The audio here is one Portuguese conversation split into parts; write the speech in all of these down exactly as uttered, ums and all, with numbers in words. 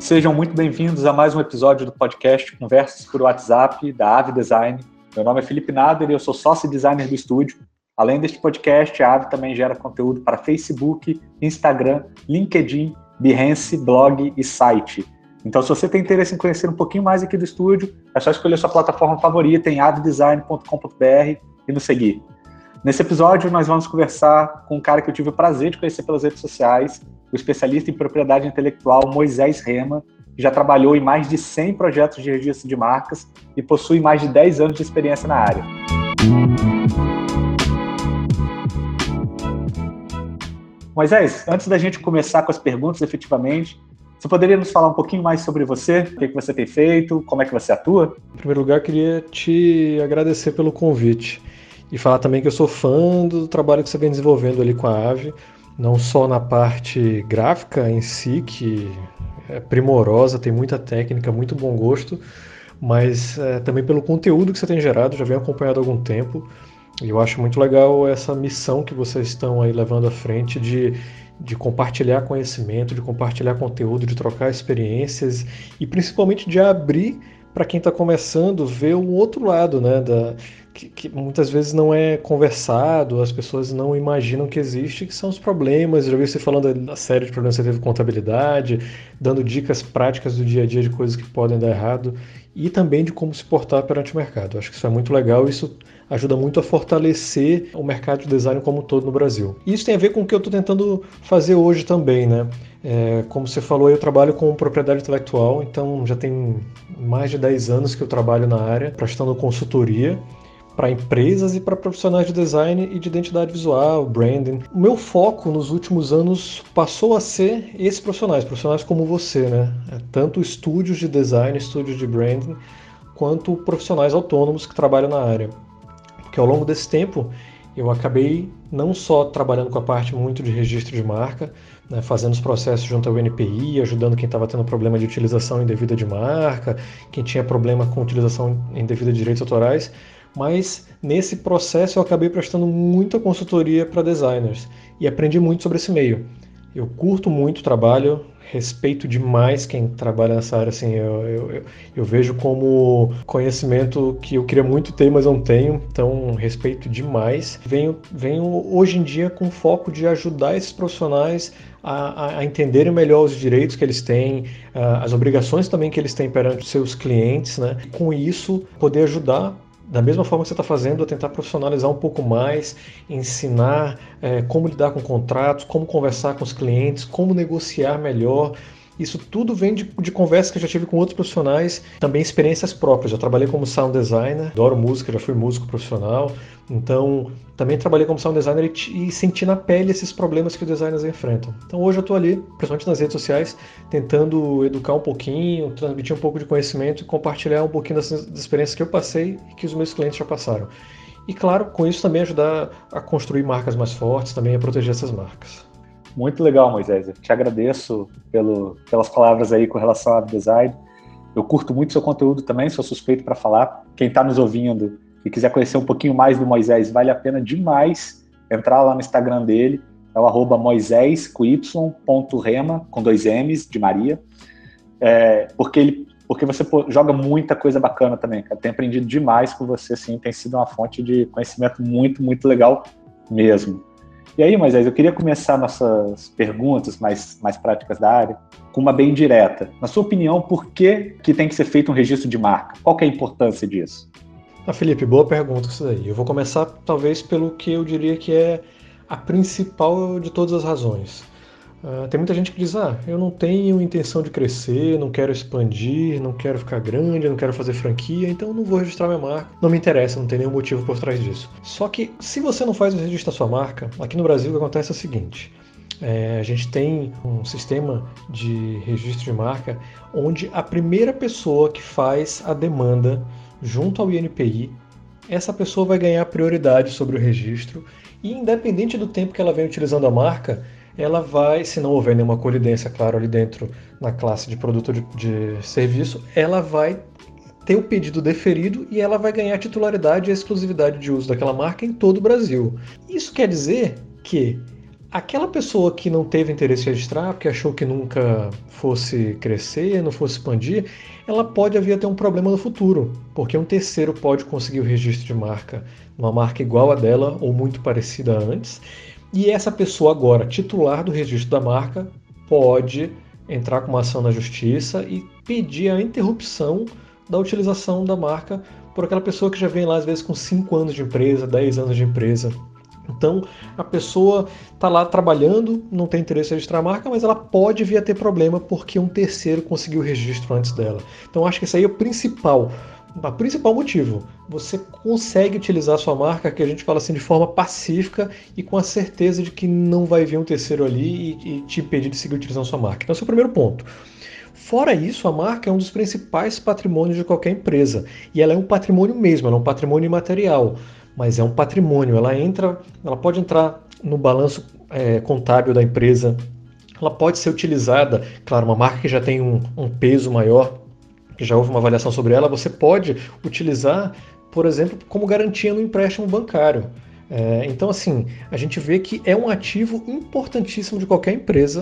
Sejam muito bem-vindos a mais um episódio do podcast Conversas por WhatsApp da Ave Design. Meu nome é Felipe Nader e eu sou sócio designer do estúdio. Além deste podcast, a Ave também gera conteúdo para Facebook, Instagram, LinkedIn, Behance, blog e site. Então, se você tem interesse em conhecer um pouquinho mais aqui do estúdio, é só escolher sua plataforma favorita em ave design ponto com ponto b r e nos seguir. Nesse episódio, nós vamos conversar com um cara que eu tive o prazer de conhecer pelas redes sociais, o especialista em propriedade intelectual Moisés Rema, que já trabalhou em mais de cem projetos de registro de marcas e possui mais de dez anos de experiência na área. Moisés, antes da gente começar com as perguntas efetivamente, você poderia nos falar um pouquinho mais sobre você? O que, que você tem feito? Como é que você atua? Em primeiro lugar, eu queria te agradecer pelo convite e falar também que eu sou fã do trabalho que você vem desenvolvendo ali com a Ave, não só na parte gráfica em si, que é primorosa, tem muita técnica, muito bom gosto, mas é, também pelo conteúdo que você tem gerado, já venho acompanhado há algum tempo, e eu acho muito legal essa missão que vocês estão aí levando à frente de, de compartilhar conhecimento, de compartilhar conteúdo, de trocar experiências e principalmente de abrir para quem está começando ver o outro lado, né, da, que, que muitas vezes não é conversado, as pessoas não imaginam que existe, que são os problemas. Eu já vi você falando da série de problemas que você teve com contabilidade, dando dicas práticas do dia a dia de coisas que podem dar errado e também de como se portar perante o mercado. Eu acho que isso é muito legal e isso ajuda muito a fortalecer o mercado de design como um todo no Brasil. E isso tem a ver com o que eu estou tentando fazer hoje também, né? É, como você falou, eu trabalho com propriedade intelectual, então já tem mais de dez anos que eu trabalho na área, prestando consultoria para empresas e para profissionais de design e de identidade visual, branding. O meu foco nos últimos anos passou a ser esses profissionais, profissionais como você, né? Tanto estúdios de design, estúdios de branding, quanto profissionais autônomos que trabalham na área. Porque ao longo desse tempo eu acabei não só trabalhando com a parte muito de registro de marca, né, fazendo os processos junto ao N P I, ajudando quem estava tendo problema de utilização indevida de marca, quem tinha problema com utilização indevida de direitos autorais, mas nesse processo eu acabei prestando muita consultoria para designers e aprendi muito sobre esse meio. Eu curto muito o trabalho, respeito demais quem trabalha nessa área, assim, eu, eu, eu vejo como conhecimento que eu queria muito ter, mas não tenho, então respeito demais. Venho, venho hoje em dia com foco de ajudar esses profissionais a, a entenderem melhor os direitos que eles têm, as obrigações também que eles têm perante os seus clientes, né? E com isso, poder ajudar da mesma forma que você está fazendo, a tentar profissionalizar um pouco mais, ensinar é, como lidar com contratos, como conversar com os clientes, como negociar melhor. Isso tudo vem de, de conversas que eu já tive com outros profissionais, também experiências próprias. Já trabalhei como sound designer, adoro música, já fui músico profissional, então também trabalhei como sound designer e, e senti na pele esses problemas que os designers enfrentam. Então hoje eu estou ali, principalmente nas redes sociais, tentando educar um pouquinho, transmitir um pouco de conhecimento e compartilhar um pouquinho das, das experiências que eu passei e que os meus clientes já passaram. E claro, com isso também ajudar a construir marcas mais fortes, também a proteger essas marcas. Muito legal, Moisés. Eu te agradeço pelo, pelas palavras aí com relação ao design. Eu curto muito seu conteúdo também, sou suspeito para falar. Quem está nos ouvindo e quiser conhecer um pouquinho mais do Moisés, vale a pena demais entrar lá no Instagram dele. É o arroba moisés, com y, ponto rema, com dois M's, de Maria. É, porque, ele, porque você pô, joga muita coisa bacana também, cara. Tenho aprendido demais com você, sim. Tem sido uma fonte de conhecimento muito, muito legal mesmo. E aí, Moisés, eu queria começar nossas perguntas mais, mais práticas da área com uma bem direta. Na sua opinião, por que, que tem que ser feito um registro de marca? Qual que é a importância disso? Ah, Felipe, boa pergunta isso daí. Eu vou começar, talvez, pelo que eu diria que é a principal de todas as razões. Uh, tem muita gente que diz, ah, eu não tenho intenção de crescer, não quero expandir, não quero ficar grande, não quero fazer franquia, então não vou registrar minha marca. Não me interessa, não tem nenhum motivo por trás disso. Só que, se você não faz o registro da sua marca, aqui no Brasil o que acontece é o seguinte, é, a gente tem um sistema de registro de marca onde a primeira pessoa que faz a demanda junto ao I N P I, essa pessoa vai ganhar prioridade sobre o registro e, independente do tempo que ela vem utilizando a marca, ela vai, se não houver nenhuma colidência, claro, ali dentro na classe de produto de, de serviço, ela vai ter o pedido deferido e ela vai ganhar titularidade e exclusividade de uso daquela marca em todo o Brasil. Isso quer dizer que Aquela pessoa que não teve interesse em registrar, porque achou que nunca fosse crescer, não fosse expandir, ela pode vir a ter um problema no futuro, porque um terceiro pode conseguir o registro de marca, uma marca igual a dela ou muito parecida a antes, e essa pessoa agora, titular do registro da marca, pode entrar com uma ação na justiça e pedir a interrupção da utilização da marca por aquela pessoa que já vem lá às vezes com cinco anos de empresa, dez anos de empresa. Então, a pessoa está lá trabalhando, não tem interesse em registrar a marca, mas ela pode vir a ter problema porque um terceiro conseguiu o registro antes dela. Então, acho que esse aí é o principal, o principal motivo. Você consegue utilizar a sua marca, que a gente fala assim, de forma pacífica e com a certeza de que não vai vir um terceiro ali e, e te impedir de seguir utilizando a sua marca. Então, esse é o primeiro ponto. Fora isso, a marca é um dos principais patrimônios de qualquer empresa. E ela é um patrimônio mesmo, ela é um patrimônio imaterial. Mas é um patrimônio, ela entra, ela pode entrar no balanço é, contábil da empresa, ela pode ser utilizada, claro, uma marca que já tem um, um peso maior, que já houve uma avaliação sobre ela, você pode utilizar, por exemplo, como garantia no empréstimo bancário. É, então, assim, a gente vê que é um ativo importantíssimo de qualquer empresa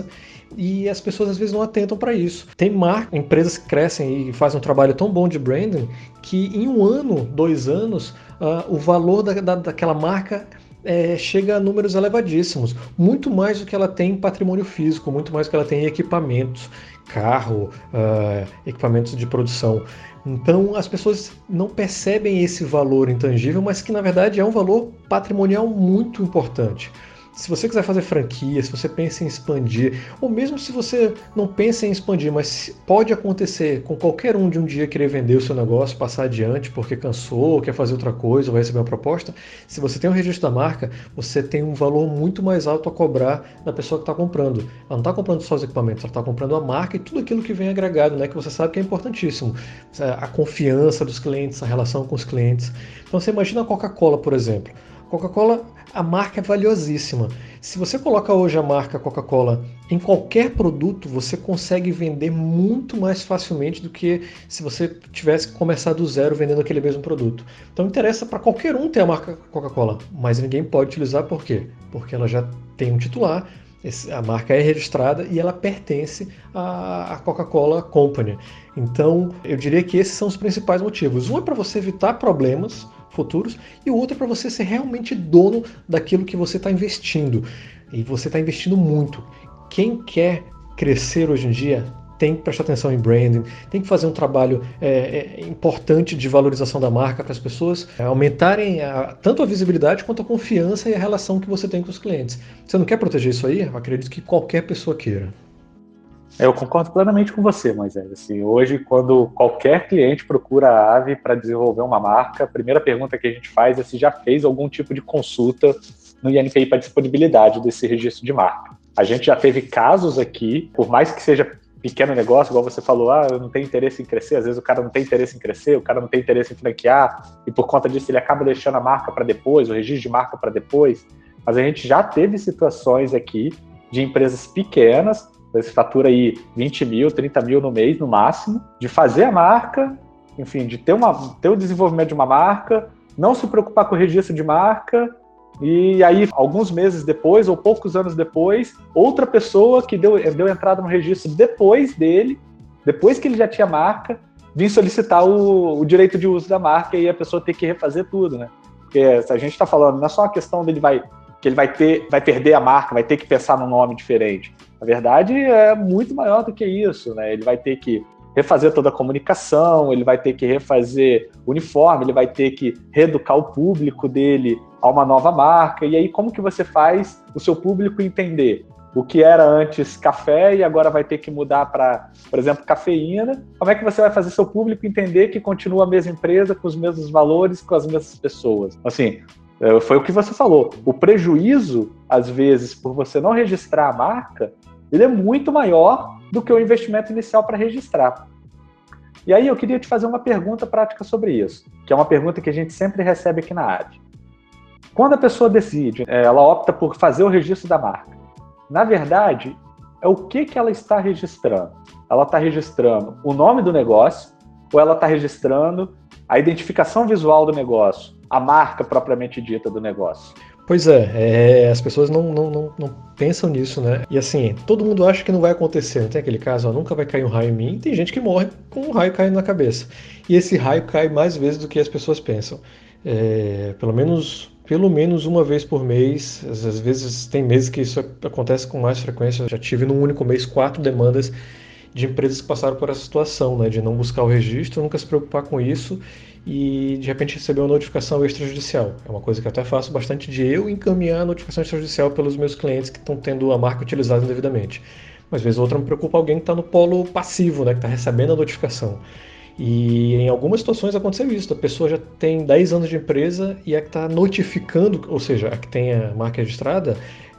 e as pessoas às vezes não atentam para isso. Tem marcas, empresas que crescem e fazem um trabalho tão bom de branding que em um ano, dois anos, uh, o valor da, da, daquela marca é, chega a números elevadíssimos, muito mais do que ela tem em patrimônio físico, muito mais do que ela tem em equipamentos, carro, uh, equipamentos de produção. Então as pessoas não percebem esse valor intangível, mas que na verdade é um valor patrimonial muito importante. Se você quiser fazer franquia, se você pensa em expandir, ou mesmo se você não pensa em expandir, mas pode acontecer com qualquer um de um dia querer vender o seu negócio, passar adiante porque cansou, quer fazer outra coisa, ou vai receber uma proposta, se você tem o registro da marca, você tem um valor muito mais alto a cobrar da pessoa que está comprando. Ela não está comprando só os equipamentos, ela está comprando a marca e tudo aquilo que vem agregado, né, que você sabe que é importantíssimo. A confiança dos clientes, a relação com os clientes. Então você imagina a Coca-Cola, por exemplo. Coca-Cola, a marca é valiosíssima. Se você coloca hoje a marca Coca-Cola em qualquer produto, você consegue vender muito mais facilmente do que se você tivesse que começar do zero vendendo aquele mesmo produto. Então interessa para qualquer um ter a marca Coca-Cola, mas ninguém pode utilizar por quê? Porque ela já tem um titular, a marca é registrada e ela pertence à Coca-Cola Company. Então eu diria que esses são os principais motivos. Um é para você evitar problemas futuros e o outro é para você ser realmente dono daquilo que você está investindo. E você está investindo muito. Quem quer crescer hoje em dia tem que prestar atenção em branding, tem que fazer um trabalho é, é, importante de valorização da marca para as pessoas é, aumentarem a, tanto a visibilidade quanto a confiança e a relação que você tem com os clientes. Você não quer proteger isso aí? Eu acredito que qualquer pessoa queira. Eu concordo plenamente com você, Moisés. Assim, hoje, quando qualquer cliente procura a Ave para desenvolver uma marca, a primeira pergunta que a gente faz é se já fez algum tipo de consulta no I N P I para disponibilidade desse registro de marca. A gente já teve casos aqui, por mais que seja pequeno negócio, igual você falou, ah, eu não tenho interesse em crescer, às vezes o cara não tem interesse em crescer, o cara não tem interesse em franquear, e por conta disso ele acaba deixando a marca para depois, o registro de marca para depois. Mas a gente já teve situações aqui de empresas pequenas, você fatura aí vinte mil, trinta mil no mês, no máximo, de fazer a marca, enfim, de ter, uma, ter o desenvolvimento de uma marca, não se preocupar com o registro de marca, e aí, alguns meses depois, ou poucos anos depois, outra pessoa que deu, deu entrada no registro depois dele, depois que ele já tinha marca, vir solicitar o, o direito de uso da marca e a pessoa ter que refazer tudo, né? Porque se a gente está falando, não é só uma questão dele vai, que ele vai, ter, vai perder a marca, vai ter que pensar num nome diferente. Na verdade, é muito maior do que isso, né? Ele vai ter que refazer toda a comunicação, ele vai ter que refazer o uniforme, ele vai ter que reeducar o público dele a uma nova marca. E aí, como que você faz o seu público entender o que era antes café e agora vai ter que mudar para, por exemplo, cafeína? Como é que você vai fazer seu público entender que continua a mesma empresa, com os mesmos valores, com as mesmas pessoas? Assim, foi o que você falou. O prejuízo, às vezes, por você não registrar a marca, ele é muito maior do que o investimento inicial para registrar. E aí eu queria te fazer uma pergunta prática sobre isso, que é uma pergunta que a gente sempre recebe aqui na Ave. Quando a pessoa decide, ela opta por fazer o registro da marca, na verdade, é o que, que ela está registrando? Ela está registrando o nome do negócio ou ela está registrando a identificação visual do negócio, a marca propriamente dita do negócio? Pois é, é as pessoas não, não, não, não pensam nisso, né? E assim, todo mundo acha que não vai acontecer. Não tem aquele caso, ó, nunca vai cair um raio em mim. Tem gente que morre com um raio caindo na cabeça. E esse raio cai mais vezes do que as pessoas pensam. É, pelo menos, pelo menos uma vez por mês. Às às vezes tem meses que isso acontece com mais frequência. Eu já tive num único mês quatro demandas de empresas que passaram por essa situação, né, de não buscar o registro, nunca se preocupar com isso e de repente receber uma notificação extrajudicial. É uma coisa que eu até faço bastante, de eu encaminhar a notificação extrajudicial pelos meus clientes que estão tendo a marca utilizada indevidamente. Mas, às vezes, outra me preocupa alguém que está no polo passivo, né, que está recebendo a notificação. E em algumas situações aconteceu isso, a pessoa já tem dez anos de empresa e a que está notificando, ou seja, a que tem a marca registrada,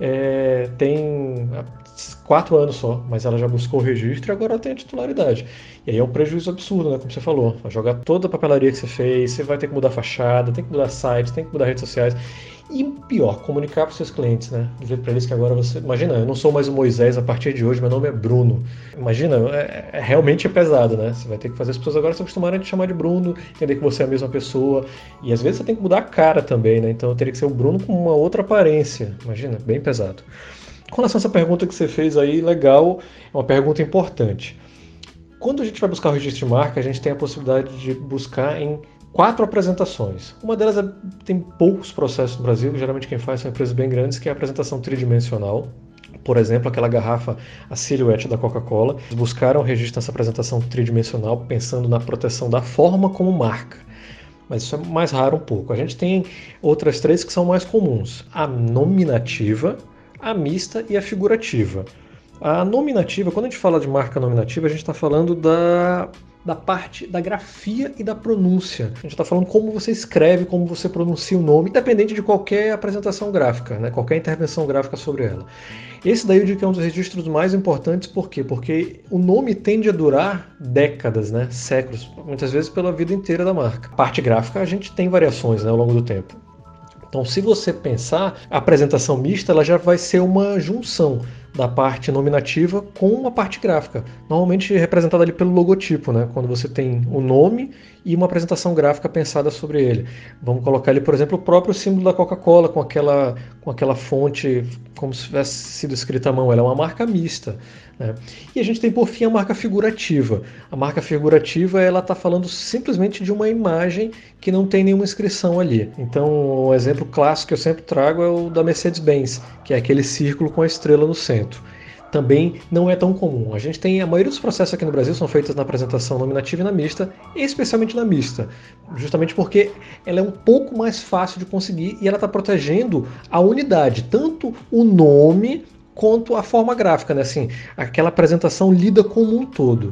é, tem quatro anos só, mas ela já buscou o registro e agora ela tem a titularidade. E aí é um prejuízo absurdo, né, como você falou. Vai jogar toda a papelaria que você fez, você vai ter que mudar a fachada, tem que mudar site, tem que mudar redes sociais. E pior, comunicar para os seus clientes, né? Dizer para eles que agora você... Imagina, eu não sou mais o Moisés a partir de hoje, meu nome é Bruno. Imagina, é, é, realmente é pesado, né? Você vai ter que fazer as pessoas agora se acostumarem a te chamar de Bruno, entender que você é a mesma pessoa. E às vezes você tem que mudar a cara também, né? Então teria que ser o Bruno com uma outra aparência. Imagina, bem pesado. Com relação a essa pergunta que você fez aí, legal, é uma pergunta importante. Quando a gente vai buscar o registro de marca, a gente tem a possibilidade de buscar em quatro apresentações. Uma delas é, tem poucos processos no Brasil, geralmente quem faz são empresas bem grandes, que é a apresentação tridimensional. Por exemplo, aquela garrafa, a Silhouette da Coca-Cola. Eles buscaram registro nessa apresentação tridimensional pensando na proteção da forma como marca. Mas isso é mais raro um pouco. A gente tem outras três que são mais comuns. A nominativa, a mista e a figurativa. A nominativa, quando a gente fala de marca nominativa, a gente está falando da... da parte da grafia e da pronúncia. A gente está falando como você escreve, como você pronuncia o nome, independente de qualquer apresentação gráfica, né? Qualquer intervenção gráfica sobre ela. Esse daí eu digo que é um dos registros mais importantes, por quê? Porque o nome tende a durar décadas, né? Séculos, muitas vezes pela vida inteira da marca. Parte gráfica, a gente tem variações, né, ao longo do tempo. Então, se você pensar, a apresentação mista ela já vai ser uma junção da parte nominativa com uma parte gráfica, normalmente representada ali pelo logotipo, né? Quando você tem o nome e uma apresentação gráfica pensada sobre ele. Vamos colocar ali, por exemplo, o próprio símbolo da Coca-Cola com aquela, com aquela fonte como se tivesse sido escrita à mão. Ela é uma marca mista, né? E a gente tem, por fim, a marca figurativa. A marca figurativa ela está falando simplesmente de uma imagem que não tem nenhuma inscrição ali. Então, um exemplo clássico que eu sempre trago é o da Mercedes-Benz, que é aquele círculo com a estrela no centro. Também não é tão comum. A gente tem a maioria dos processos aqui no Brasil são feitos na apresentação nominativa e na mista, especialmente na mista, justamente porque ela é um pouco mais fácil de conseguir e ela está protegendo a unidade, tanto o nome quanto a forma gráfica, né? Assim, aquela apresentação lida como um todo.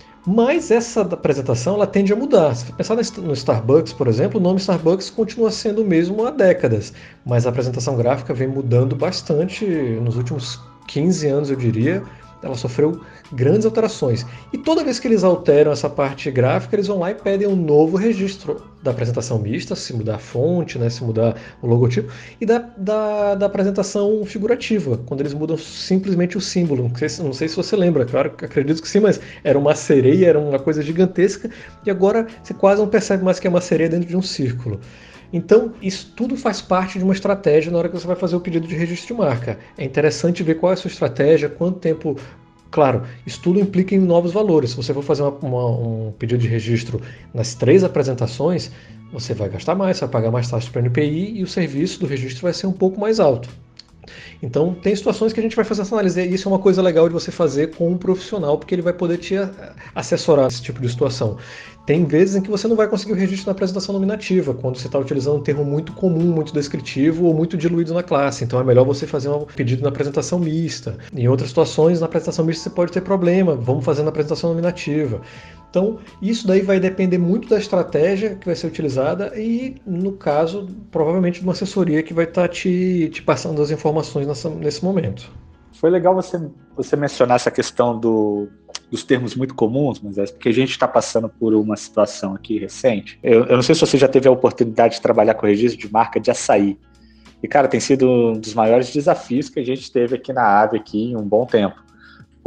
Mas essa apresentação ela tende a mudar. Se você pensar no Starbucks, por exemplo, o nome Starbucks continua sendo o mesmo há décadas, mas a apresentação gráfica vem mudando bastante nos últimos quinze anos, eu diria. Ela sofreu grandes alterações. E toda vez que eles alteram essa parte gráfica, eles vão lá e pedem um novo registro da apresentação mista, se mudar a fonte, né, se mudar o logotipo, e da, da, da apresentação figurativa, quando eles mudam simplesmente o símbolo. Não sei, não sei se você lembra, claro, acredito que sim, mas era uma sereia, era uma coisa gigantesca, e agora você quase não percebe mais que é uma sereia dentro de um círculo. Então, isso tudo faz parte de uma estratégia na hora que você vai fazer o pedido de registro de marca. É interessante ver qual é a sua estratégia, quanto tempo... Claro, isso tudo implica em novos valores. Se você for fazer uma, uma, um pedido de registro nas três apresentações, você vai gastar mais, vai pagar mais taxa para o N P I e o serviço do registro vai ser um pouco mais alto. Então, tem situações que a gente vai fazer essa análise, e isso é uma coisa legal de você fazer com um profissional, porque ele vai poder te assessorar nesse tipo de situação. Tem vezes em que você não vai conseguir o registro na apresentação nominativa, quando você está utilizando um termo muito comum, muito descritivo ou muito diluído na classe. Então é melhor você fazer um pedido na apresentação mista. Em outras situações, na apresentação mista você pode ter problema, vamos fazer na apresentação nominativa. Então, isso daí vai depender muito da estratégia que vai ser utilizada e, no caso, provavelmente de uma assessoria que vai estar te, te passando as informações nessa, nesse momento. Foi legal você, você mencionar essa questão do, dos termos muito comuns, mas é porque a gente está passando por uma situação aqui recente. Eu, eu não sei se você já teve a oportunidade de trabalhar com registro de marca de açaí. E, cara, tem sido um dos maiores desafios que a gente teve aqui na A V E aqui em um bom tempo.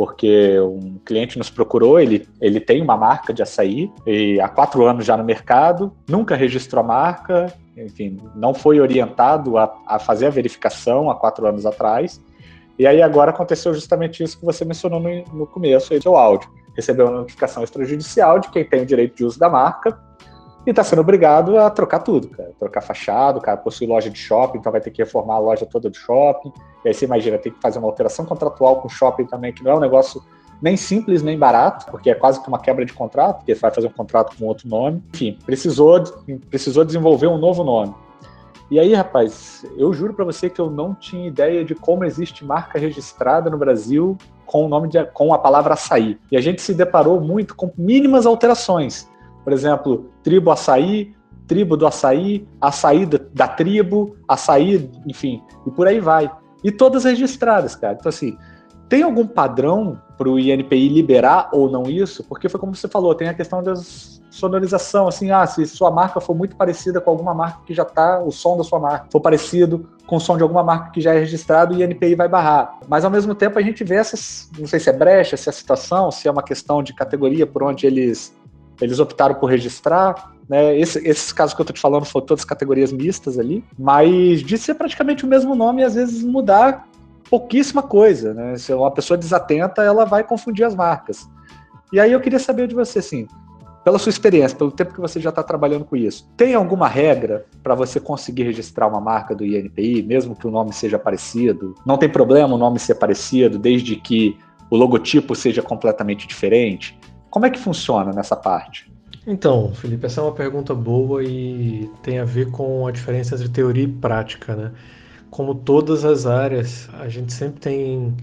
porque um cliente nos procurou, ele, ele tem uma marca de açaí, e há quatro anos já no mercado, nunca registrou a marca, enfim, não foi orientado a, a fazer a verificação há quatro anos atrás, e aí agora aconteceu justamente isso que você mencionou no, no começo aí do seu áudio. Recebeu uma notificação extrajudicial de quem tem o direito de uso da marca, e está sendo obrigado a trocar tudo, cara. Trocar fachada, o cara possui loja de shopping, então vai ter que reformar a loja toda do shopping. E aí você imagina, tem que fazer uma alteração contratual com o shopping também, que não é um negócio nem simples, nem barato, porque é quase que uma quebra de contrato, porque você vai fazer um contrato com outro nome. Enfim, precisou, precisou desenvolver um novo nome. E aí, rapaz, eu juro para você que eu não tinha ideia de como existe marca registrada no Brasil com o nome de, com a palavra açaí. E a gente se deparou muito com mínimas alterações. Por exemplo, tribo açaí, tribo do açaí, açaí da, da tribo, açaí, enfim, e por aí vai. E todas registradas, cara. Então, assim, tem algum padrão para o I N P I liberar ou não isso? Porque foi como você falou, tem a questão da sonorização, assim, ah, se sua marca for muito parecida com alguma marca que já está, o som da sua marca for parecido com o som de alguma marca que já é registrado, o I N P I vai barrar. Mas, ao mesmo tempo, a gente vê essas, não sei se é brecha, se é situação, se é uma questão de categoria por onde eles... Eles optaram por registrar, né? Esse, esses casos que eu estou te falando foram todas categorias mistas ali, mas de ser praticamente o mesmo nome e às vezes mudar pouquíssima coisa, né? Se uma pessoa desatenta, ela vai confundir as marcas. E aí eu queria saber de você, assim, pela sua experiência, pelo tempo que você já está trabalhando com isso, tem alguma regra para você conseguir registrar uma marca do I N P I, mesmo que o nome seja parecido? Não tem problema o nome ser parecido, desde que o logotipo seja completamente diferente? Como é que funciona nessa parte? Então, Felipe, essa é uma pergunta boa e tem a ver com a diferença entre teoria e prática, né? Como todas as áreas, a gente sempre tem...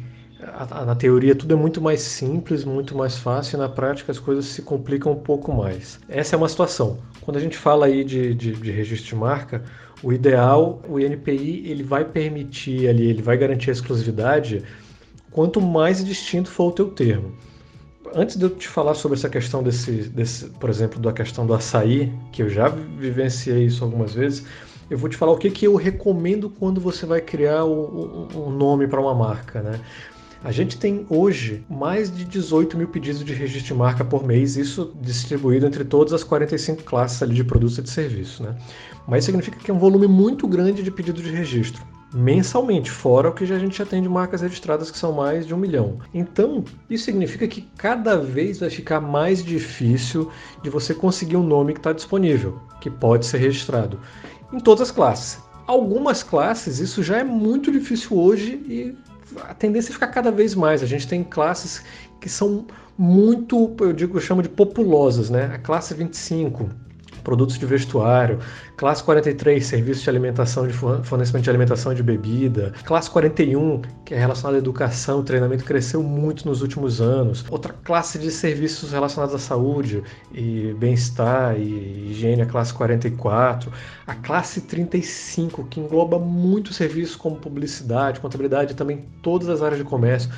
Na teoria tudo é muito mais simples, muito mais fácil, e na prática as coisas se complicam um pouco mais. Essa é uma situação. Quando a gente fala aí de, de, de registro de marca, o ideal, o I N P I, ele vai permitir ali, ele vai garantir a exclusividade quanto mais distinto for o teu termo. Antes de eu te falar sobre essa questão desse, desse, por exemplo, da questão do açaí, que eu já vivenciei isso algumas vezes, eu vou te falar o que, que eu recomendo quando você vai criar um nome para uma marca, né? A gente tem hoje mais de dezoito mil pedidos de registro de marca por mês, isso distribuído entre todas as quarenta e cinco classes ali de produtos e de serviço, né? Mas significa que é um volume muito grande de pedidos de registro. Mensalmente, fora o que a gente já tem de marcas registradas que são mais de um milhão. Então, isso significa que cada vez vai ficar mais difícil de você conseguir um nome que está disponível, que pode ser registrado, em todas as classes. Algumas classes, isso já é muito difícil hoje e a tendência é ficar cada vez mais. A gente tem classes que são muito, eu digo, eu chamo de populosas, né? A classe vinte e cinco, produtos de vestuário, classe quarenta e três, serviços de alimentação, de fornecimento de alimentação e de bebida, classe quarenta e um, que é relacionada à educação, treinamento, cresceu muito nos últimos anos, outra classe de serviços relacionados à saúde e bem-estar e higiene, a classe quarenta e quatro, a classe trinta e cinco, que engloba muitos serviços como publicidade, contabilidade e também todas as áreas de comércio.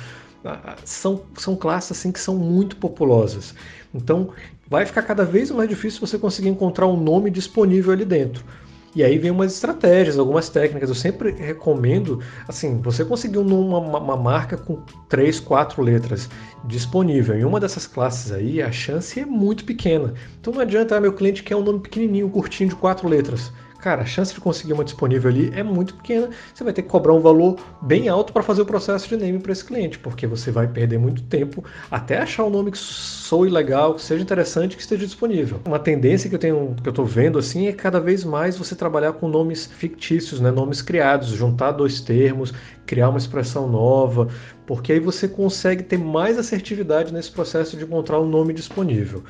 São, são classes assim, que são muito populosas. Então, vai ficar cada vez mais difícil você conseguir encontrar um nome disponível ali dentro. E aí vem umas estratégias, algumas técnicas. Eu sempre recomendo, assim, você conseguir uma, uma, uma marca com três, quatro letras disponível. Em uma dessas classes aí, a chance é muito pequena. Então não adianta, ah, meu cliente quer um nome pequenininho, curtinho, de quatro letras. Cara, a chance de conseguir uma disponível ali é muito pequena. Você vai ter que cobrar um valor bem alto para fazer o processo de naming para esse cliente, porque você vai perder muito tempo até achar um nome que soe legal, que seja interessante, que esteja disponível. Uma tendência que eu tenho, que eu estou vendo assim, é cada vez mais você trabalhar com nomes fictícios, né? Nomes criados, juntar dois termos, criar uma expressão nova, porque aí você consegue ter mais assertividade nesse processo de encontrar um nome disponível.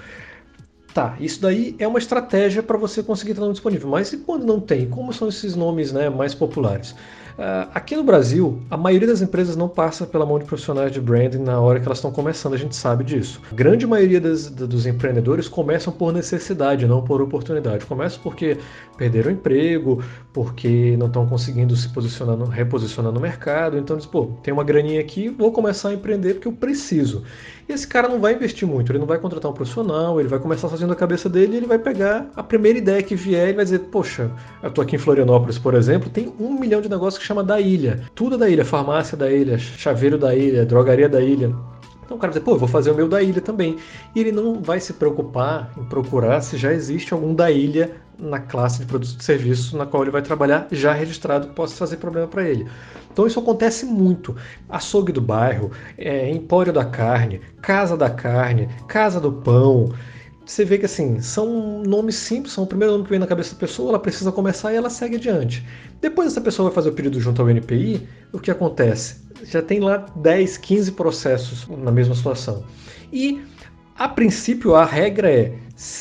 Tá, isso daí é uma estratégia para você conseguir ter nome disponível, mas e quando não tem? Como são esses nomes, né, mais populares? Uh, aqui no Brasil, a maioria das empresas não passa pela mão de profissionais de branding na hora que elas estão começando, a gente sabe disso. A grande maioria das, dos empreendedores começam por necessidade, não por oportunidade. Começam porque perderam o emprego, porque não estão conseguindo se posicionar, no, reposicionar no mercado, então diz, pô, tem uma graninha aqui, vou começar a empreender porque eu preciso. E esse cara não vai investir muito, ele não vai contratar um profissional, ele vai começar fazendo a cabeça dele e ele vai pegar a primeira ideia que vier e vai dizer, poxa, eu tô aqui em Florianópolis, por exemplo, tem um milhão de negócios que chama da ilha. Tudo da ilha, farmácia da ilha, chaveiro da ilha, drogaria da ilha. Então o cara vai dizer, pô, eu vou fazer o meu da ilha também. E ele não vai se preocupar em procurar se já existe algum da ilha na classe de produto e serviço na qual ele vai trabalhar já registrado que possa fazer problema para ele. Então isso acontece muito. Açougue do bairro, é, Empório da Carne, Casa da Carne, Casa do Pão. Você vê que assim, são nomes simples, são o primeiro nome que vem na cabeça da pessoa, ela precisa começar e ela segue adiante. Depois essa pessoa vai fazer o pedido junto ao N P I, o que acontece? Já tem lá dez, quinze processos na mesma situação. E, a princípio, a regra é,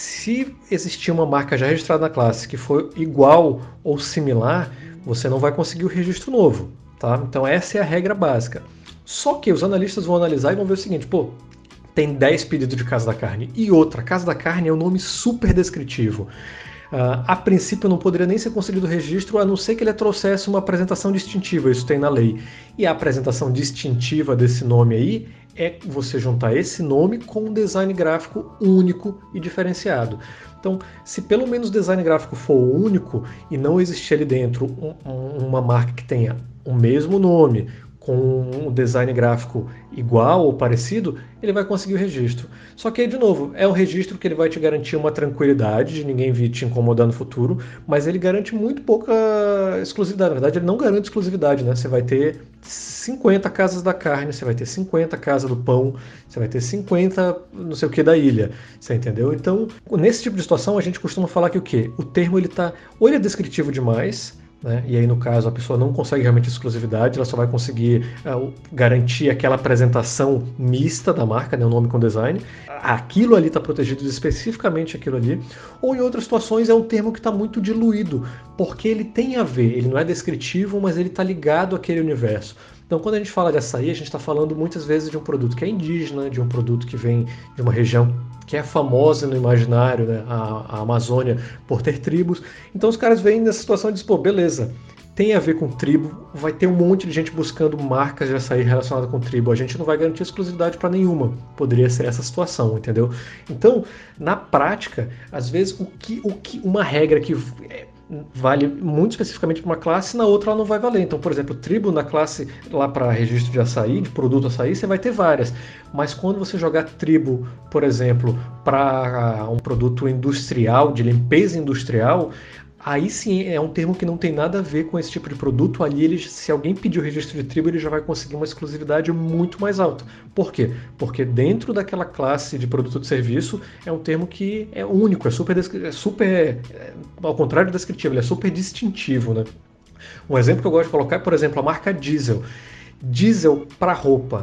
se existir uma marca já registrada na classe que for igual ou similar, você não vai conseguir o registro novo. Tá? Então essa é a regra básica. Só que os analistas vão analisar e vão ver o seguinte, pô, tem dez pedidos de Casa da Carne. E outra, Casa da Carne é um nome super descritivo. Uh, a princípio não poderia nem ser concedido o registro, a não ser que ele trouxesse uma apresentação distintiva, isso tem na lei. E a apresentação distintiva desse nome aí é você juntar esse nome com um design gráfico único e diferenciado. Então, se pelo menos o design gráfico for único e não existir ali dentro um, um, uma marca que tenha o mesmo nome, com um design gráfico igual ou parecido, ele vai conseguir o registro. Só que aí, de novo, é um registro que ele vai te garantir uma tranquilidade de ninguém vir te incomodar no futuro, mas ele garante muito pouca exclusividade. Na verdade, ele não garante exclusividade, né? Você vai ter cinquenta casas da carne, você vai ter cinquenta casas do pão, você vai ter cinquenta não sei o que da ilha, você entendeu? Então, nesse tipo de situação, a gente costuma falar que o quê? O termo, ele tá, ou ele é descritivo demais, né? E aí, no caso, a pessoa não consegue realmente exclusividade, ela só vai conseguir uh, garantir aquela apresentação mista da marca, né? O nome com design. Aquilo ali está protegido, especificamente aquilo ali. Ou em outras situações é um termo que está muito diluído, porque ele tem a ver, ele não é descritivo, mas ele está ligado àquele universo. Então, quando a gente fala de açaí, a gente está falando muitas vezes de um produto que é indígena, de um produto que vem de uma região que é famosa no imaginário, né? a, a Amazônia, por ter tribos. Então os caras vêm nessa situação e dizem, pô, beleza, tem a ver com tribo, vai ter um monte de gente buscando marcas de açaí relacionadas com tribo, a gente não vai garantir exclusividade para nenhuma. Poderia ser essa situação, entendeu? Então, na prática, às vezes, o que, o que uma regra que vale muito especificamente para uma classe, na outra ela não vai valer. Então, por exemplo, tribo na classe lá para registro de açaí, de produto açaí, você vai ter várias. Mas quando você jogar tribo, por exemplo, para um produto industrial, de limpeza industrial, aí sim é um termo que não tem nada a ver com esse tipo de produto. Ali, ele, se alguém pedir o registro de tribo, ele já vai conseguir uma exclusividade muito mais alta. Por quê? Porque dentro daquela classe de produto ou de serviço é um termo que é único, é super, é super é, ao contrário do descritivo, ele é super distintivo, né? Um exemplo que eu gosto de colocar é, por exemplo, a marca Diesel. Diesel para roupa.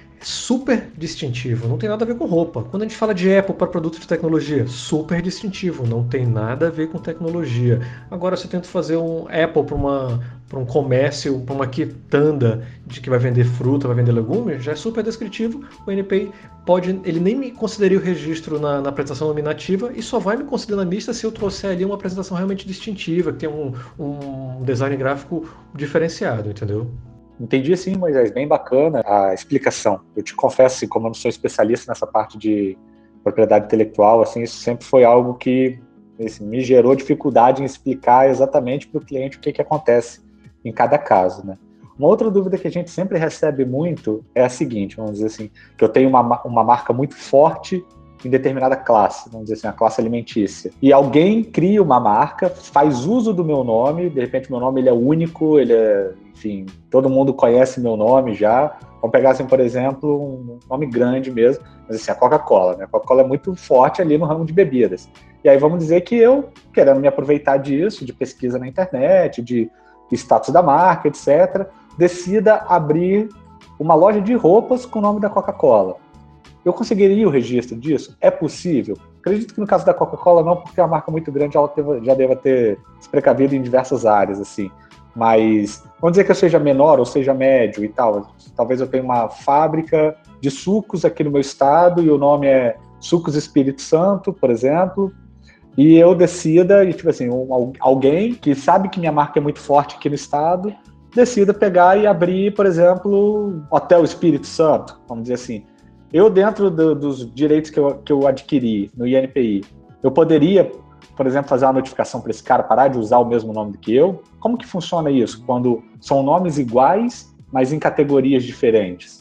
Super distintivo, não tem nada a ver com roupa. Quando a gente fala de Apple para produto de tecnologia, super distintivo, não tem nada a ver com tecnologia. Agora, se eu tento fazer um Apple para uma para um comércio, para uma quitanda de que vai vender fruta, vai vender legumes, já é super descritivo. O N P I pode, ele nem me consideraria o registro na, na apresentação nominativa e só vai me considerar na lista se eu trouxer ali uma apresentação realmente distintiva, que tem um, um design gráfico diferenciado, entendeu? Entendi sim, Moisés, bem bacana a explicação. Eu te confesso, assim, como eu não sou especialista nessa parte de propriedade intelectual, assim, isso sempre foi algo que assim, me gerou dificuldade em explicar exatamente para o cliente o que, que acontece em cada caso, né? Uma outra dúvida que a gente sempre recebe muito é a seguinte, vamos dizer assim, que eu tenho uma, uma marca muito forte em determinada classe, vamos dizer assim, a classe alimentícia. E alguém cria uma marca, faz uso do meu nome, de repente meu nome ele é único, ele é, enfim, todo mundo conhece meu nome já. Vamos pegar, assim, por exemplo, um nome grande mesmo, mas assim, a Coca-Cola, né? A Coca-Cola é muito forte ali no ramo de bebidas. E aí vamos dizer que eu, querendo me aproveitar disso, de pesquisa na internet, de status da marca, etcétera, decida abrir uma loja de roupas com o nome da Coca-Cola. Eu conseguiria o registro disso? É possível? Acredito que no caso da Coca-Cola não, porque é uma marca muito grande, ela teve, já deva ter se precavido em diversas áreas, assim. Mas vamos dizer que eu seja menor ou seja médio e tal. Talvez eu tenha uma fábrica de sucos aqui no meu estado e o nome é Sucos Espírito Santo, por exemplo, e eu decida, e tipo assim, um, alguém que sabe que minha marca é muito forte aqui no estado, decida pegar e abrir, por exemplo, Hotel Espírito Santo, vamos dizer assim. Eu, dentro do, dos direitos que eu, que eu adquiri no I N P I, eu poderia, por exemplo, fazer uma notificação para esse cara parar de usar o mesmo nome do que eu? Como que funciona isso, quando são nomes iguais, mas em categorias diferentes?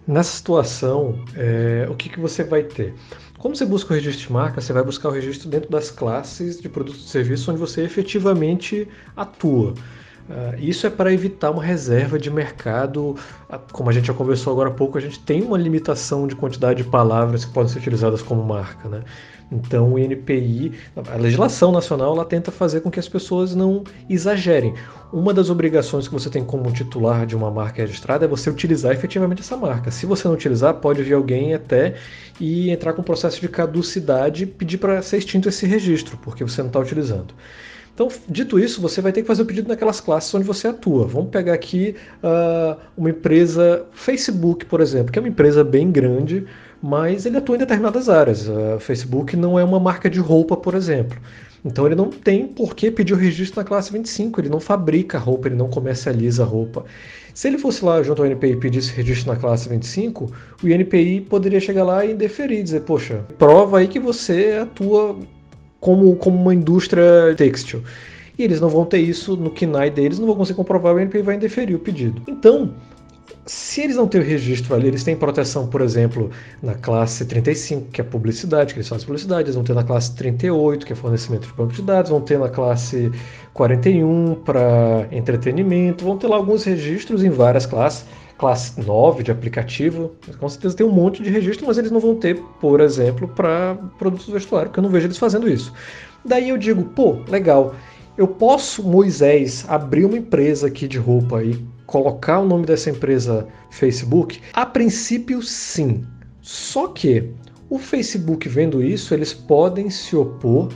Nessa situação, é, o que, que você vai ter? Como você busca o registro de marca, você vai buscar o registro dentro das classes de produtos e serviços onde você efetivamente atua. Uh, isso é para evitar uma reserva de mercado. Como a gente já conversou agora há pouco, a gente tem uma limitação de quantidade de palavras que podem ser utilizadas como marca, né? Então o I N P I, a legislação nacional, ela tenta fazer com que as pessoas não exagerem. Uma das obrigações que você tem como titular de uma marca registrada é você utilizar efetivamente essa marca. Se você não utilizar, pode vir alguém até e entrar com um processo de caducidade e pedir para ser extinto esse registro, porque você não está utilizando. Então, dito isso, você vai ter que fazer o pedido naquelas classes onde você atua. Vamos pegar aqui uh, uma empresa, Facebook, por exemplo, que é uma empresa bem grande, mas ele atua em determinadas áreas. O Facebook não é uma marca de roupa, por exemplo. Então ele não tem por que pedir o registro na classe vinte e cinco, ele não fabrica roupa, ele não comercializa roupa. Se ele fosse lá junto ao I N P I e pedisse registro na classe vinte e cinco, o I N P I poderia chegar lá e indeferir, dizer, poxa, prova aí que você atua como, como uma indústria têxtil. E eles não vão ter isso no C N A I deles, não vão conseguir comprovar, o I N P I vai indeferir o pedido. Então, se eles não têm o registro ali, eles têm proteção, por exemplo, na classe trinta e cinco, que é publicidade, que eles fazem publicidade, eles vão ter na classe trinta e oito, que é fornecimento de banco de dados, vão ter na classe quarenta e um para entretenimento, vão ter lá alguns registros em várias classes, classe nove de aplicativo, com certeza tem um monte de registro, mas eles não vão ter, por exemplo, para produtos do vestuário, porque eu não vejo eles fazendo isso. Daí eu digo, pô, legal, eu posso, Moisés, abrir uma empresa aqui de roupa e colocar o nome dessa empresa Facebook? A princípio, sim. Só que o Facebook vendo isso, eles podem se opor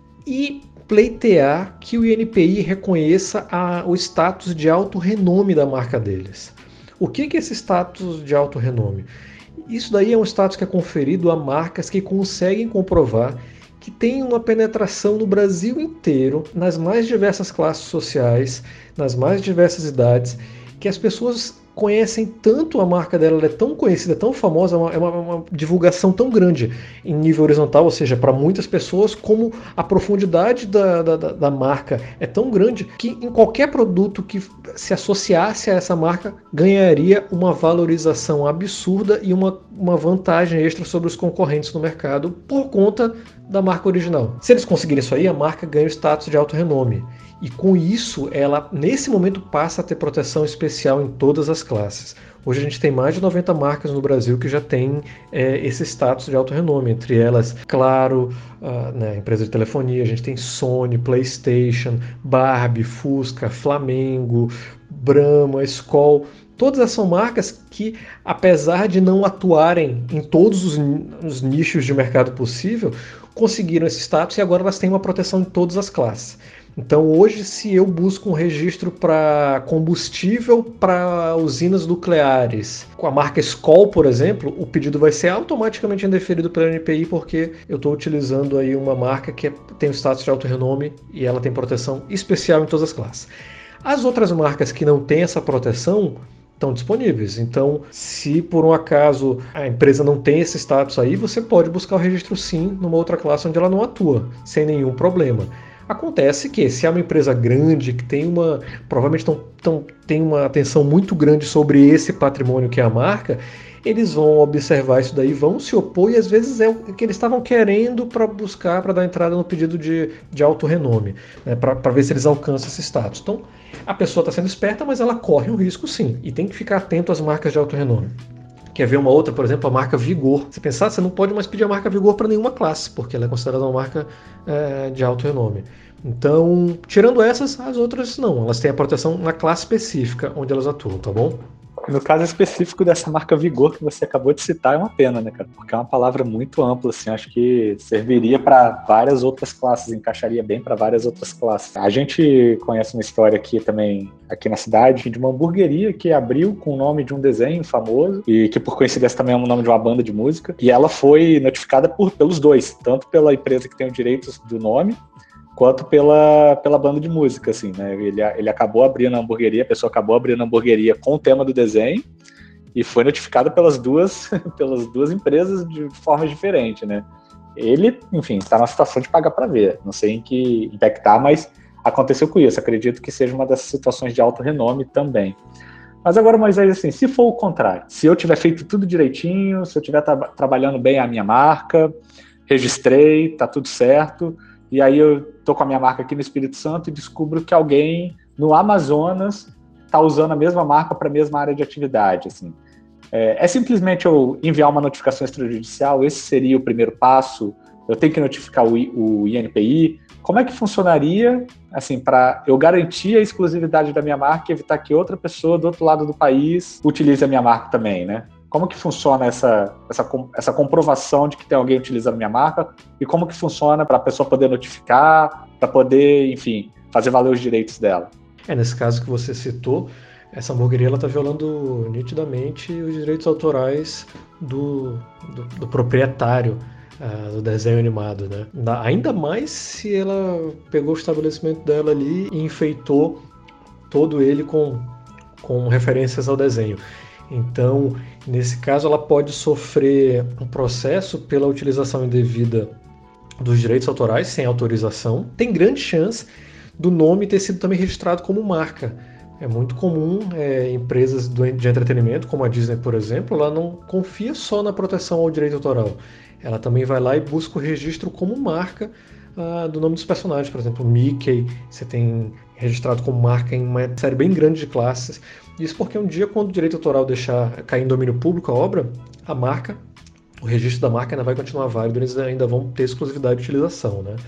e pleitear que o I N P I reconheça a, o status de alto renome da marca deles. O que, que é esse status de alto renome? Isso daí é um status que é conferido a marcas que conseguem comprovar que tem uma penetração no Brasil inteiro, nas mais diversas classes sociais, nas mais diversas idades, que as pessoas conhecem tanto a marca dela, ela é tão conhecida, tão famosa, é uma, uma divulgação tão grande em nível horizontal, ou seja, para muitas pessoas, como a profundidade da, da, da marca é tão grande que em qualquer produto que se associasse a essa marca ganharia uma valorização absurda e uma, uma vantagem extra sobre os concorrentes no mercado por conta da marca original. Se eles conseguirem isso aí, a marca ganha o status de alto renome. E com isso, ela nesse momento passa a ter proteção especial em todas as classes. Hoje a gente tem mais de noventa marcas no Brasil que já têm é, esse status de alto renome. Entre elas, Claro, a, né, empresa de telefonia, a gente tem Sony, PlayStation, Barbie, Fusca, Flamengo, Brahma, Skol. Todas essas são marcas que, apesar de não atuarem em todos os, os nichos de mercado possível, conseguiram esse status e agora elas têm uma proteção em todas as classes. Então hoje, se eu busco um registro para combustível para usinas nucleares, com a marca Skol, por exemplo, o pedido vai ser automaticamente indeferido pelo I N P I porque eu estou utilizando aí uma marca que tem o status de alto renome e ela tem proteção especial em todas as classes. As outras marcas que não têm essa proteção estão disponíveis. Então, se por um acaso a empresa não tem esse status aí, você pode buscar o registro sim numa outra classe onde ela não atua, sem nenhum problema. Acontece que se é uma empresa grande, que tem uma, provavelmente tão, tão, tem uma atenção muito grande sobre esse patrimônio que é a marca, eles vão observar isso daí, vão se opor e às vezes é o que eles estavam querendo para buscar, para dar entrada no pedido de, de alto renome, né, para ver se eles alcançam esse status. Então, a pessoa está sendo esperta, mas ela corre um risco sim, e tem que ficar atento às marcas de alto renome. Quer ver uma outra, por exemplo, a marca Vigor. Se pensar, você não pode mais pedir a marca Vigor para nenhuma classe, porque ela é considerada uma marca é, de alto renome. Então, tirando essas, as outras não. Elas têm a proteção na classe específica onde elas atuam, tá bom? No caso específico dessa marca Vigor que você acabou de citar, é uma pena, né, cara? Porque é uma palavra muito ampla, assim, acho que serviria para várias outras classes, encaixaria bem para várias outras classes. A gente conhece uma história aqui também, aqui na cidade, de uma hamburgueria que abriu com o nome de um desenho famoso e que, por coincidência, também é o nome de uma banda de música, e ela foi notificada por, pelos dois, tanto pela empresa que tem os direitos do nome, quanto pela, pela banda de música, assim, né? Ele, ele acabou abrindo a hamburgueria, a pessoa acabou abrindo a hamburgueria com o tema do desenho e foi notificado pelas duas, pelas duas empresas de forma diferente, né? Ele, enfim, está na situação de pagar para ver. Não sei em que impactar, mas aconteceu com isso. Acredito que seja uma dessas situações de alto renome também. Mas agora, Moisés, assim, se for o contrário, se eu tiver feito tudo direitinho, se eu estiver tra trabalhando bem a minha marca, registrei, tá tudo certo, e aí eu tô com a minha marca aqui no Espírito Santo e descubro que alguém no Amazonas tá usando a mesma marca para a mesma área de atividade, assim. É, é simplesmente eu enviar uma notificação extrajudicial? Esse seria o primeiro passo? Eu tenho que notificar o, I, o I N P I? Como é que funcionaria, assim, para eu garantir a exclusividade da minha marca e evitar que outra pessoa do outro lado do país utilize a minha marca também, né? Como que funciona essa, essa, essa comprovação de que tem alguém utilizando minha marca e como que funciona para a pessoa poder notificar, para poder, enfim, fazer valer os direitos dela? É, nesse caso que você citou, essa hamburgueria está violando nitidamente os direitos autorais do, do, do proprietário uh, do desenho animado, né? Ainda mais se ela pegou o estabelecimento dela ali e enfeitou todo ele com, com referências ao desenho. Então, nesse caso, ela pode sofrer um processo pela utilização indevida dos direitos autorais sem autorização. Tem grande chance do nome ter sido também registrado como marca. É muito comum é, empresas de entretenimento, como a Disney, por exemplo, ela não confia só na proteção ao direito autoral. Ela também vai lá e busca o registro como marca ah, do nome dos personagens. Por exemplo, Mickey, você tem registrado como marca em uma série bem grande de classes. Isso porque um dia, quando o direito autoral deixar cair em domínio público a obra, a marca, o registro da marca ainda vai continuar válido, eles ainda vão ter exclusividade de utilização, né?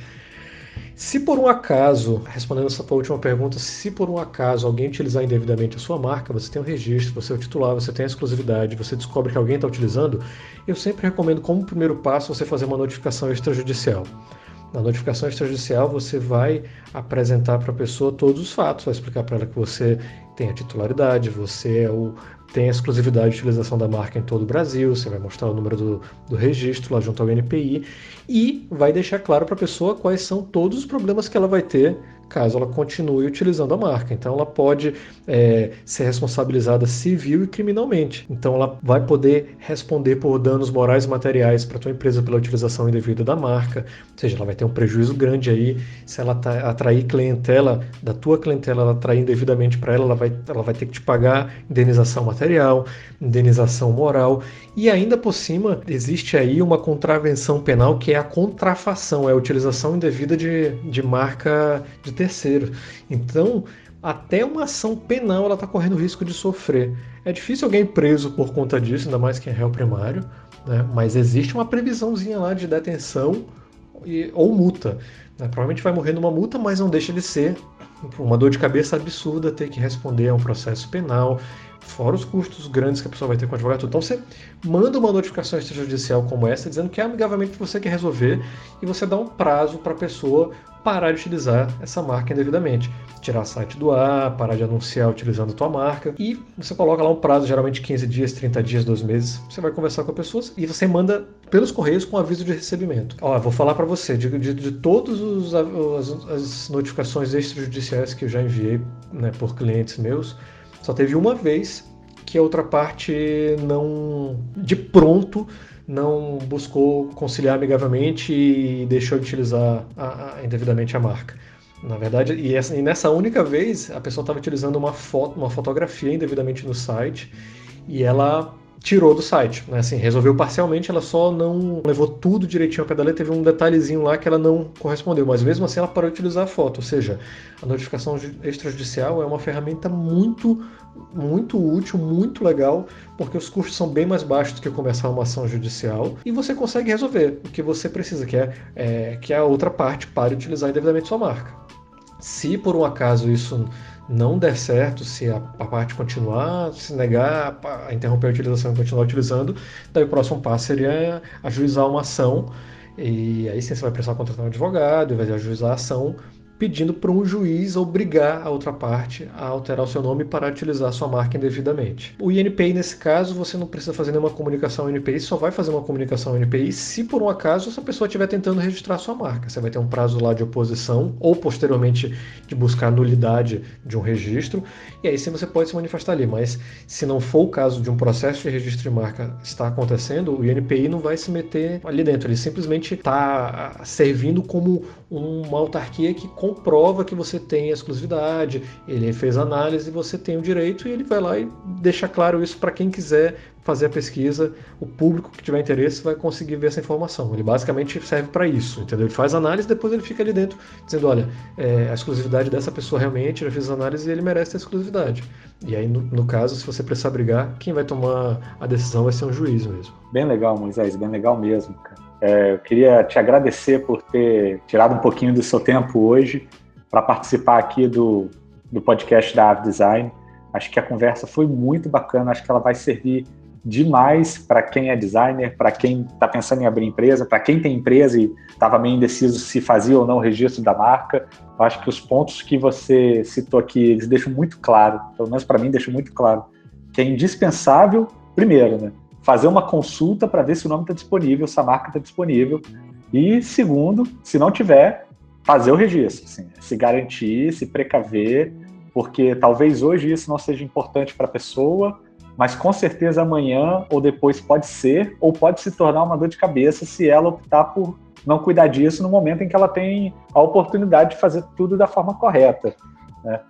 Se por um acaso, respondendo essa tua última pergunta, se por um acaso alguém utilizar indevidamente a sua marca, você tem um registro, você é o titular, você tem a exclusividade, você descobre que alguém está utilizando, eu sempre recomendo como primeiro passo você fazer uma notificação extrajudicial. Na notificação extrajudicial você vai apresentar para a pessoa todos os fatos, vai explicar para ela que você tem a titularidade, você é o, tem a exclusividade de utilização da marca em todo o Brasil, você vai mostrar o número do, do registro lá junto ao I N P I e vai deixar claro para a pessoa quais são todos os problemas que ela vai ter caso ela continue utilizando a marca. Então ela pode é, ser responsabilizada civil e criminalmente. Então ela vai poder responder por danos morais e materiais para a tua empresa pela utilização indevida da marca, ou seja, ela vai ter um prejuízo grande aí se ela atrair clientela, da tua clientela, ela atrair indevidamente para ela, ela vai, ela vai ter que te pagar indenização material, indenização moral e ainda por cima existe aí uma contravenção penal que é a contrafação, é a utilização indevida de, de marca de terceiro. Então, até uma ação penal ela está correndo risco de sofrer. É difícil alguém preso por conta disso, ainda mais quem é réu primário, né? Mas existe uma previsãozinha lá de detenção e, ou multa. Né? Provavelmente vai morrer numa multa, mas não deixa de ser uma dor de cabeça absurda ter que responder a um processo penal, fora os custos grandes que a pessoa vai ter com o advogado. Então você manda uma notificação extrajudicial como essa, dizendo que é amigavelmente você quer resolver e você dá um prazo para a pessoa parar de utilizar essa marca indevidamente. Tirar o site do ar, parar de anunciar utilizando a tua marca e você coloca lá um prazo, geralmente quinze dias, trinta dias, dois meses. Você vai conversar com a pessoa e você manda pelos correios com aviso de recebimento. Ó, vou falar para você, de, de, de todas as, as notificações extrajudiciais que eu já enviei, né, por clientes meus, só teve uma vez que a outra parte não, de pronto, não buscou conciliar amigavelmente e deixou de utilizar a, a, indevidamente a marca. Na verdade, e, essa, e nessa única vez, a pessoa estava utilizando uma foto, uma fotografia indevidamente no site e ela tirou do site, né? Assim, resolveu parcialmente, ela só não levou tudo direitinho ao pé da letra, teve um detalhezinho lá que ela não correspondeu, mas mesmo assim ela parou de utilizar a foto, ou seja, a notificação extrajudicial é uma ferramenta muito, muito útil, muito legal, porque os custos são bem mais baixos do que começar uma ação judicial e você consegue resolver o que você precisa, que é, é que a outra parte pare de utilizar indevidamente sua marca. Se por um acaso isso não der certo, se a, a parte continuar, se negar a, a interromper a utilização e continuar utilizando, daí o próximo passo seria ajuizar uma ação e aí sim você vai precisar contratar um advogado e vai ajuizar a ação pedindo para um juiz obrigar a outra parte a alterar o seu nome e parar de utilizar a sua marca indevidamente. O I N P I, nesse caso, você não precisa fazer nenhuma comunicação ao I N P I, só vai fazer uma comunicação ao I N P I se por um acaso essa pessoa estiver tentando registrar a sua marca. Você vai ter um prazo lá de oposição ou posteriormente de buscar a nulidade de um registro e aí sim você pode se manifestar ali, mas se não for o caso de um processo de registro de marca estar acontecendo, o I N P I não vai se meter ali dentro, ele simplesmente está servindo como uma autarquia que comprova que você tem a exclusividade, ele fez a análise, você tem o direito e ele vai lá e deixa claro isso para quem quiser fazer a pesquisa. O público que tiver interesse vai conseguir ver essa informação. Ele basicamente serve para isso, entendeu? Ele faz a análise, depois ele fica ali dentro dizendo, olha, é, a exclusividade dessa pessoa realmente, ele fez a análise e ele merece a exclusividade. E aí, no, no caso, se você precisar brigar, quem vai tomar a decisão vai ser um juiz mesmo. Bem legal, Moisés, bem legal mesmo, cara. É, eu queria te agradecer por ter tirado um pouquinho do seu tempo hoje para participar aqui do, do podcast da Ave Design. Acho que a conversa foi muito bacana, acho que ela vai servir demais para quem é designer, para quem está pensando em abrir empresa, para quem tem empresa e estava meio indeciso se fazia ou não o registro da marca. Eu acho que os pontos que você citou aqui, eles deixam muito claro, pelo menos para mim deixam muito claro, que é indispensável, primeiro, né, fazer uma consulta para ver se o nome está disponível, se a marca está disponível, e segundo, se não tiver, fazer o registro, assim, se garantir, se precaver, porque talvez hoje isso não seja importante para a pessoa, mas com certeza amanhã ou depois pode ser, ou pode se tornar uma dor de cabeça se ela optar por não cuidar disso no momento em que ela tem a oportunidade de fazer tudo da forma correta, né?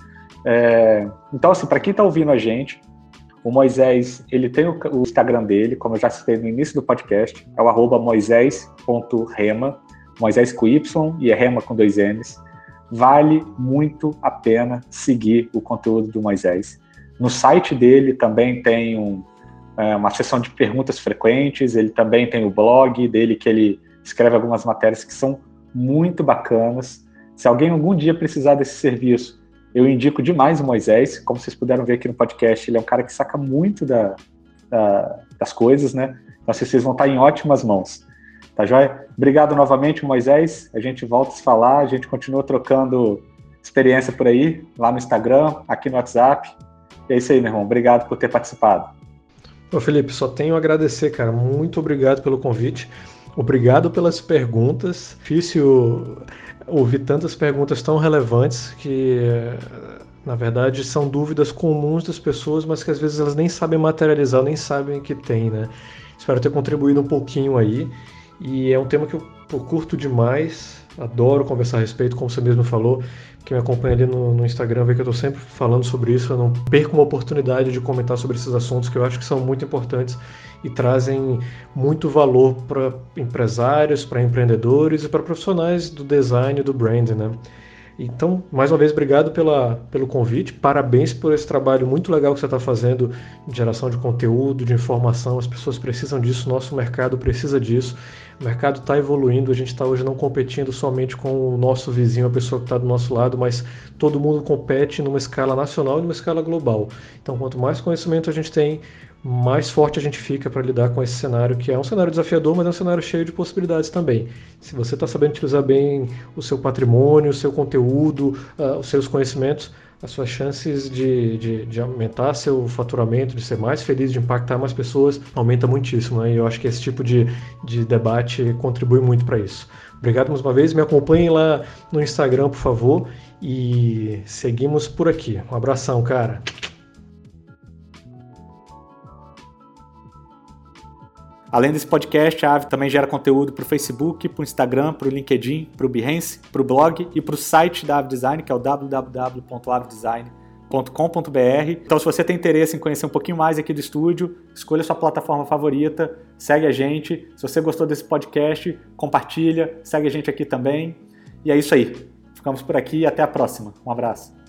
É, então, assim, para quem está ouvindo a gente, o Moisés, ele tem o, o Instagram dele, como eu já citei no início do podcast, é o arroba moisés ponto rema, Moisés com Y e é Rema com dois N's. Vale muito a pena seguir o conteúdo do Moisés. No site dele também tem um, é, uma seção de perguntas frequentes, ele também tem o blog dele, que ele escreve algumas matérias que são muito bacanas. Se alguém algum dia precisar desse serviço, eu indico demais o Moisés. Como vocês puderam ver aqui no podcast, ele é um cara que saca muito da, da, das coisas, né? Então vocês vão estar em ótimas mãos. Tá joia? Obrigado novamente, Moisés. A gente volta a se falar, a gente continua trocando experiência por aí, lá no Instagram, aqui no WhatsApp. É isso aí, meu irmão. Obrigado por ter participado. Ô, Felipe, só tenho a agradecer, cara. Muito obrigado pelo convite. Obrigado pelas perguntas. Difícil ouvir tantas perguntas tão relevantes que, na verdade, são dúvidas comuns das pessoas, mas que às vezes elas nem sabem materializar, nem sabem que tem, né? Espero ter contribuído um pouquinho aí. E é um tema que eu, eu curto demais. Adoro conversar a respeito, como você mesmo falou. Quem me acompanha ali no, no Instagram vê que eu estou sempre falando sobre isso. Eu não perco uma oportunidade de comentar sobre esses assuntos que eu acho que são muito importantes e trazem muito valor para empresários, para empreendedores e para profissionais do design e do branding, né? Então, mais uma vez, obrigado pela, pelo convite. Parabéns por esse trabalho muito legal que você está fazendo de geração de conteúdo, de informação. As pessoas precisam disso, nosso mercado precisa disso. O mercado está evoluindo, a gente está hoje não competindo somente com o nosso vizinho, a pessoa que está do nosso lado, mas todo mundo compete numa escala nacional e numa escala global. Então, quanto mais conhecimento a gente tem, mais forte a gente fica para lidar com esse cenário, que é um cenário desafiador, mas é um cenário cheio de possibilidades também. Se você está sabendo utilizar bem o seu patrimônio, o seu conteúdo, uh, os seus conhecimentos, as suas chances de, de, de aumentar seu faturamento, de ser mais feliz, de impactar mais pessoas, aumenta muitíssimo, né? E eu acho que esse tipo de, de debate contribui muito para isso. Obrigado mais uma vez, me acompanhem lá no Instagram, por favor, e seguimos por aqui. Um abração, cara! Além desse podcast, a Ave também gera conteúdo para o Facebook, para o Instagram, para o LinkedIn, para o Behance, para o blog e para o site da Ave Design, que é o w w w ponto ave design ponto com ponto b r. Então, se você tem interesse em conhecer um pouquinho mais aqui do estúdio, escolha a sua plataforma favorita, segue a gente. Se você gostou desse podcast, compartilha, segue a gente aqui também. E é isso aí. Ficamos por aqui e até a próxima. Um abraço.